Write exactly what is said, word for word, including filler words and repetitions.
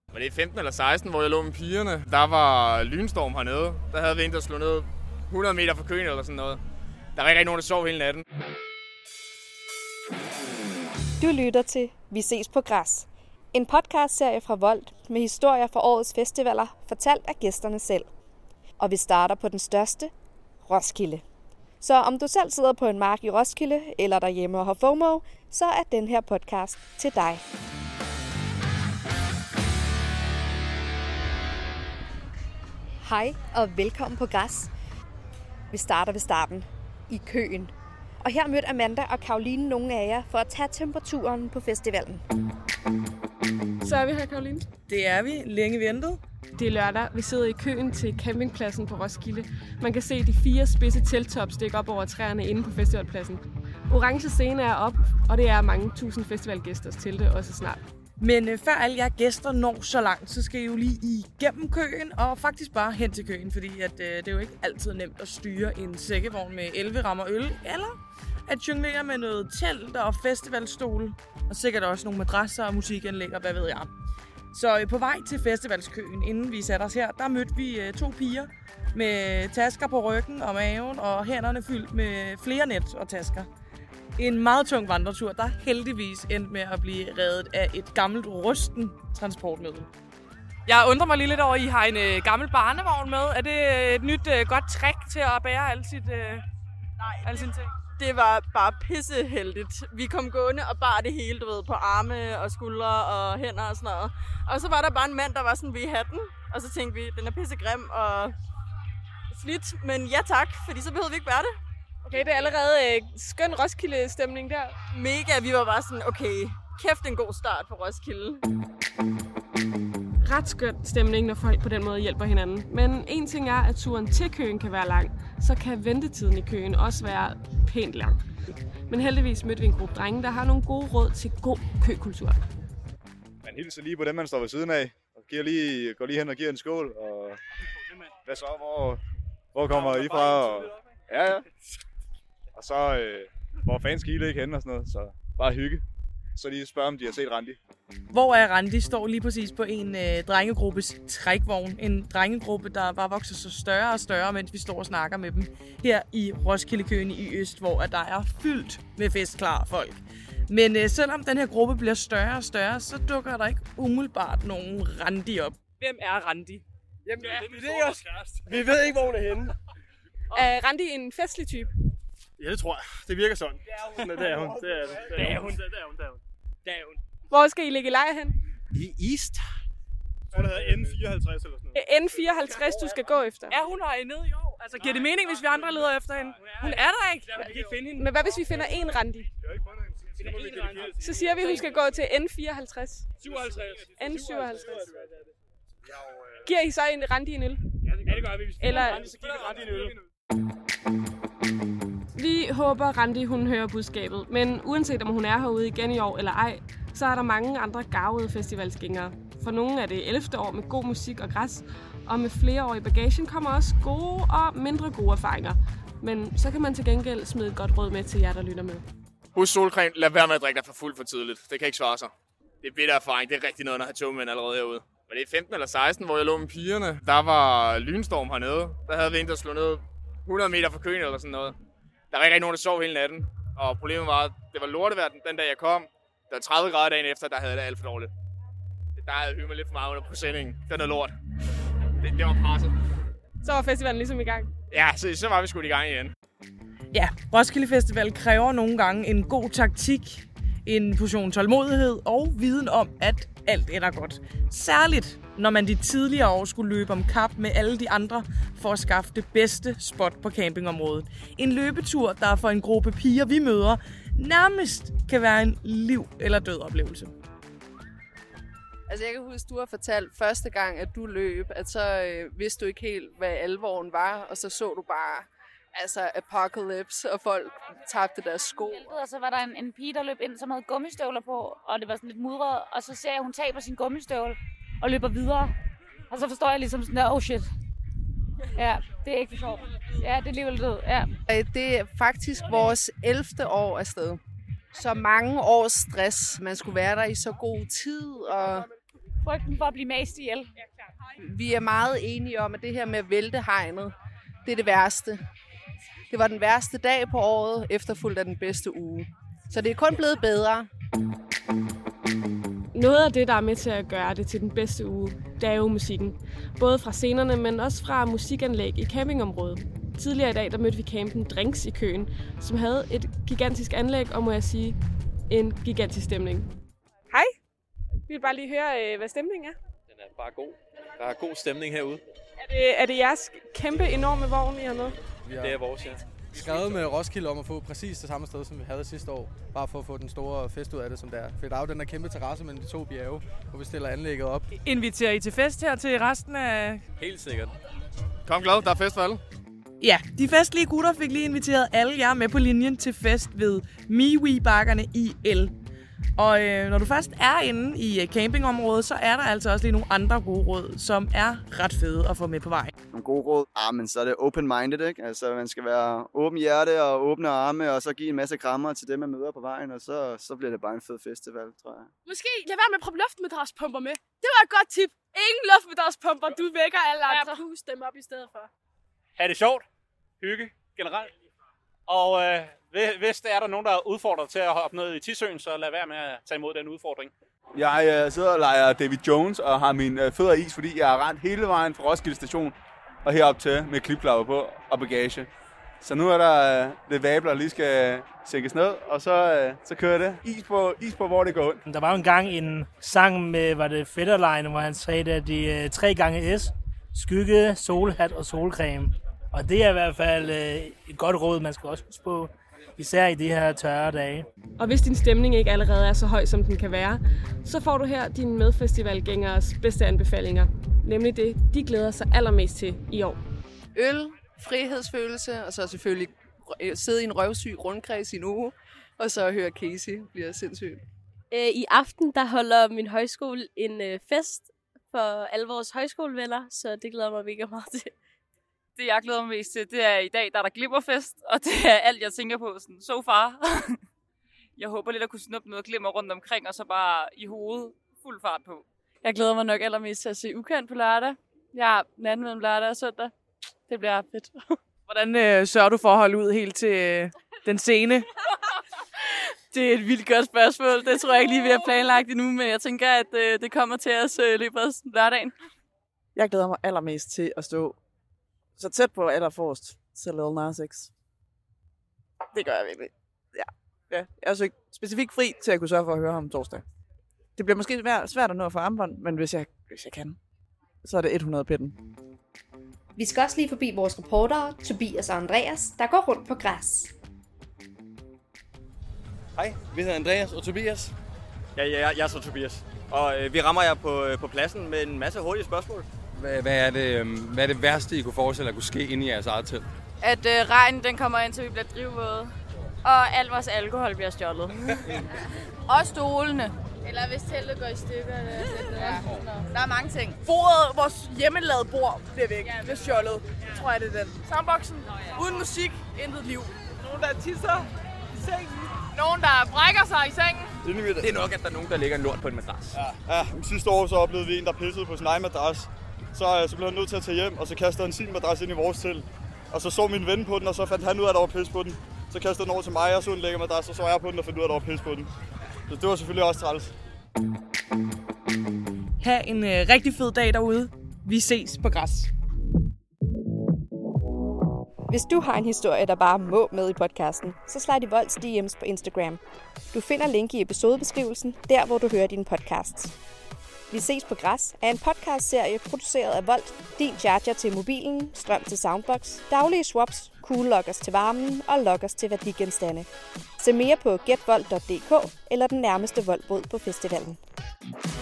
Var det femten eller seksten, hvor jeg lå med pigerne? Der var lynstorm hernede. Der havde vi en, der slog ned hundrede meter fra Køen eller sådan noget. Der var ikke rigtig nogen, der sov hele natten. Du lytter til Vi ses på græs. En podcastserie fra Volt med historier fra årets festivaler, fortalt af gæsterne selv. Og vi starter på den største, Roskilde. Så om du selv sidder på en mark i Roskilde eller derhjemme og har FOMO, så er den her podcast til dig. Hej og velkommen på græs. Vi starter ved starten, i Køen. Og her mødte Amanda og Caroline nogle af jer for at tage temperaturen på festivalen. Så er vi her, Caroline. Det er vi. Længe ventet. Det er lørdag. Vi sidder i køen til campingpladsen på Roskilde. Man kan se de fire spidse telttops stikke op over træerne inde på festivalpladsen. Orange scene er op, og det er mange tusind festivalgæsters telte også snart. Men øh, før alle jer gæster når så langt, så skal I jo lige igennem køen og faktisk bare hen til køen, fordi at, øh, det er jo ikke altid nemt at styre en sækkevogn med elleve rammer øl, eller at jonglere med noget telt og festivalstol, og sikkert også nogle madrasser og musikanlæg og hvad ved jeg. Så øh, på vej til festivalskøen, inden vi satte os her, der mødte vi øh, to piger med tasker på ryggen og maven og hænderne fyldt med flere net og tasker. En meget tung vandretur, der heldigvis endte med at blive reddet af et gammelt rusten transportmiddel. Jeg undrer mig lige lidt over, at I har en øh, gammel barnevogn med. Er det et nyt øh, godt trick til at bære alle, sit, øh, Nej, alle sine ting? det var bare pisseheldigt. Vi kom gående og bar det hele, du ved, på arme og skuldre og hænder og sådan noget. Og så var der bare en mand, der var sådan, vi havde den. Og så tænkte vi, den er pissegrim og slidt, men ja tak, fordi så behøvede vi ikke bære det. Okay, det er allerede øh, skøn Roskilde-stemning der. Mega, vi var bare sådan, okay, kæft en god start på Roskilde. Ret skøn stemning, når folk på den måde hjælper hinanden. Men en ting er, at turen til køen kan være lang, så kan ventetiden i køen også være pænt lang. Men heldigvis mødte vi en gruppe drenge, der har nogle gode råd til god køkultur. Man hilser lige på dem, man står ved siden af, og giver lige, går lige hen og giver en skål. Og hvad så? Hvor, hvor kommer I fra? Og, ja, ja. Og så, øh, hvor fanden skal I ligge henne og sådan noget, så bare hygge. Så lige spørge, om de har set Randi. Hvor er Randi står lige præcis på en øh, drengegruppes trækvogn. En drengegruppe, der bare vokser så større og større, mens vi står og snakker med dem her i Roskilde-køen i Øst, hvor der er fyldt med festklar folk. Men øh, selvom den her gruppe bliver større og større, så dukker der ikke umiddelbart nogen Randi op. Hvem er Randi? Jamen, ja, vi, ved også, vi ved ikke, hvor hun er henne. Er Randi en festlig type? Ja, det tror jeg. Det virker sådan. Det er hun. Det er hun. Det er hun. Det er hun. Det er hun. Det er hun. Det er hun. Hvor skal I ligge i lejr hen? I East. Så er der N fireoghalvtreds eller sådan noget. N fireoghalvtreds, du skal gå efter. Er hun her nede i år? Altså, giver det mening, hvis vi andre leder efter hende? Hun er der ikke. Vi kan ikke finde hende. Men hvad hvis vi finder en Randi? Så siger vi, hun skal gå til N fireoghalvtreds. syvoghalvtreds. N syvoghalvtreds. Giver I så en Randi en øl? Ja, det gør vi. Hvis vi Eller... Randi, så giver vi Randi en øl. Vi håber, Randi hun hører budskabet, men uanset om hun er herude igen i år eller ej, så er der mange andre garvede festivalsgængere. For nogle er det ellevte år med god musik og græs, og med flere år i bagagen kommer også gode og mindre gode erfaringer. Men så kan man til gengæld smide et godt råd med til jer, der lytter med. Husk solcreme, lad være med at drikke dig for fuld for tidligt. Det kan ikke svare sig. Det er bitter erfaring, det er rigtig noget, når har togmænd allerede herude. Var det femten eller seksten, hvor jeg lå med pigerne? Der var lynstorm hernede. Der havde vi en, der slog ned hundrede meter fra Køen eller sådan noget. Der var ikke rigtig nogen, der sov hele natten. Og problemet var, at det var lortevejr den dag, jeg kom. Der var tredive grader dagen efter, der havde det alt for dårligt. Der havde jeg hygget mig lidt for meget under præsendingen. Det var noget lort. Det, det var presset. Så var festivalen ligesom i gang. Ja, så, så var vi sgu i gang igen. Ja, Roskilde Festival kræver nogle gange en god taktik, en portion tålmodighed og viden om, at alt ender godt. Særligt, når man de tidligere år skulle løbe om kap med alle de andre for at skaffe det bedste spot på campingområdet. En løbetur, der for en gruppe piger, vi møder, nærmest kan være en liv- eller død oplevelse. Altså jeg kan huske, du har fortalt første gang, at du løb, at så øh, vidste du ikke helt, hvad alvoren var, og så så du bare altså apocalypse, og folk tabte deres sko. Og så var der en, en pige, der løb ind, som havde gummistøvler på, og det var sådan lidt mudret, og så ser jeg, at hun taber sin gummistøvle og løber videre. Og så forstår jeg ligesom sådan, oh shit. Ja, det er ikke for sjovt. Ja, det er alligevel død, ja. Det er faktisk vores ellevte år afsted. Så mange års stress. Man skulle være der i så god tid, og frygten for at blive mast ihjel. Vi er meget enige om, at det her med at vælte hegnet, det er det værste. Det var den værste dag på året, efterfulgt af den bedste uge. Så det er kun blevet bedre. Noget af det, der er med til at gøre det til den bedste uge, det er jo musikken. Både fra scenerne, men også fra musikanlæg i campingområdet. Tidligere i dag, der mødte vi campen Drinks i Køen, som havde et gigantisk anlæg, og må jeg sige, en gigantisk stemning. Hej. Vi vil bare lige høre, hvad stemningen er. Den er bare god. Der er god stemning herude. Er det, er det jeres kæmpe, enorme vogn, I har med? Ja. Det er vores, ja. Skrevet med Roskilde om at få præcis det samme sted, som vi havde sidste år. Bare for at få den store fest ud af det, som det er. For der er jo den der kæmpe terrasse mellem de to bjerge, hvor vi stiller anlægget op. Inviterer I til fest her til resten af... Helt sikkert. Kom glad, der er fest for alle. Ja, de festlige gutter fik lige inviteret alle jer med på linjen til fest ved Miwi-bakkerne i El. Og øh, når du først er inde i øh, campingområdet, så er der altså også lige nogle andre gode råd, som er ret fede at få med på vej. Nogle gode råd? Ah, men så er det open-minded, ikke? Altså, man skal være åben hjerte og åbne arme, og så give en masse krammer til dem, man møder på vejen, og så, så bliver det bare en fed festival, tror jeg. Måske lad være med at proppe luftmadraspumper med. Det var et godt tip. Ingen luftmadraspumper, du vækker alle andre. Ja, pust dem op i stedet for. Ha' det sjovt. Hygge generelt. Og øh, hvis der er der nogen, der er udfordret til at hoppe ned i Tisøen, så lad være med at tage imod den udfordring. Jeg øh, sidder og leger David Jones og har mine øh, fødder i is, fordi jeg har rendt hele vejen fra Roskilde Station og herop til med klipklapper på og bagage. Så nu er der øh, lidt vabler, der lige skal sænkes ned, og så, øh, så kører det is på, is på, hvor det går ondt. Der var jo engang en sang med, var det Fetterlein, hvor han sagde, at de øh, tre gange S, skygge, solhat og solcreme. Og det er i hvert fald øh, et godt råd, man skal også huske på, især i de her tørre dage. Og hvis din stemning ikke allerede er så høj, som den kan være, så får du her dine medfestivalgængeres bedste anbefalinger. Nemlig det, de glæder sig allermest til i år. Øl, frihedsfølelse, og så selvfølgelig sidde i en røvsyg rundkreds i en uge, og så høre Casey bliver sindssygt. I aften der holder min højskole en fest for alle vores højskolevenner, så det glæder mig mega meget til. Det, jeg glæder mig mest til, det er i dag, der er der glimmerfest, og det er alt, jeg tænker på, sådan, so far. Jeg håber lidt at kunne snuppe noget glimmer rundt omkring, og så bare i hovedet fuld fart på. Jeg glæder mig nok allermest til at se Ukendt på lørdag. Jeg har natten mellem lørdag og søndag. Det bliver fedt. Hvordan øh, sørger du for at holde ud helt til øh, den scene? Det er et vildt godt spørgsmål. Det tror jeg ikke lige, vi har planlagt endnu, men jeg tænker, at øh, det kommer til os øh, løbet af lørdagen. Jeg glæder mig allermest til at stå så tæt på allerforrest til Lil Nas X. Det gør jeg virkelig. Ja. Ja. Jeg er altså ikke specifikt fri til at kunne sørge for at høre ham torsdag. Det bliver måske svært at nå at få armbånd, men hvis jeg, hvis jeg kan, så er det hundrede pitten. Vi skal også lige forbi vores reportere, Tobias og Andreas, der går rundt på græs. Hej, vi hedder Andreas og Tobias. Ja, ja, jeg er så Tobias. Og øh, vi rammer jer på, øh, på pladsen med en masse hurtige spørgsmål. Hvad, hvad, er det, øh, hvad er det værste, I kunne forestille at kunne ske inde i jeres eget telt? At øh, regnen den kommer ind, så vi bliver drivvåde. Og al vores alkohol bliver stjålet. Og stolene. Eller hvis teltet går i stykker. Eller ja. Der er mange ting. Bordet, vores hjemmelavede bord, bliver væk. Ja, bliver stjålet. Jeg tror jeg, det er den. Soundboxen. Ja. Uden musik, intet liv. Nogen, der tisser i sengen. Nogen, der brækker sig i sengen. Det er nok, at der er nogen, der lægger en lort på en madras. Ja, ja, sidste år så oplevede vi en, der pissede på sin egen madras. Så, så blev han nødt til at tage hjem, og så kastede han sin madras ind i vores telt. Og så så min ven på den, og så fandt han ud af, at der var pis på den. Så kastede han over til mig, og så en lækker madras, og så var jeg på den og fandt ud af, at der var pis på den. Så det var selvfølgelig også træls. Ha' en øh, rigtig fed dag derude. Vi ses på græs. Hvis du har en historie, der bare må med i podcasten, så slide i Volds D M's på Instagram. Du finder link i episodebeskrivelsen, der hvor du hører dine podcasts. Vi ses på græs er en podcastserie produceret af Volt, din charger til mobilen, strøm til soundbox, daglige swaps, cool lockers til varmen og lockers til værdigenstande. Se mere på get volt punktum d k eller den nærmeste Voltbod på festivalen.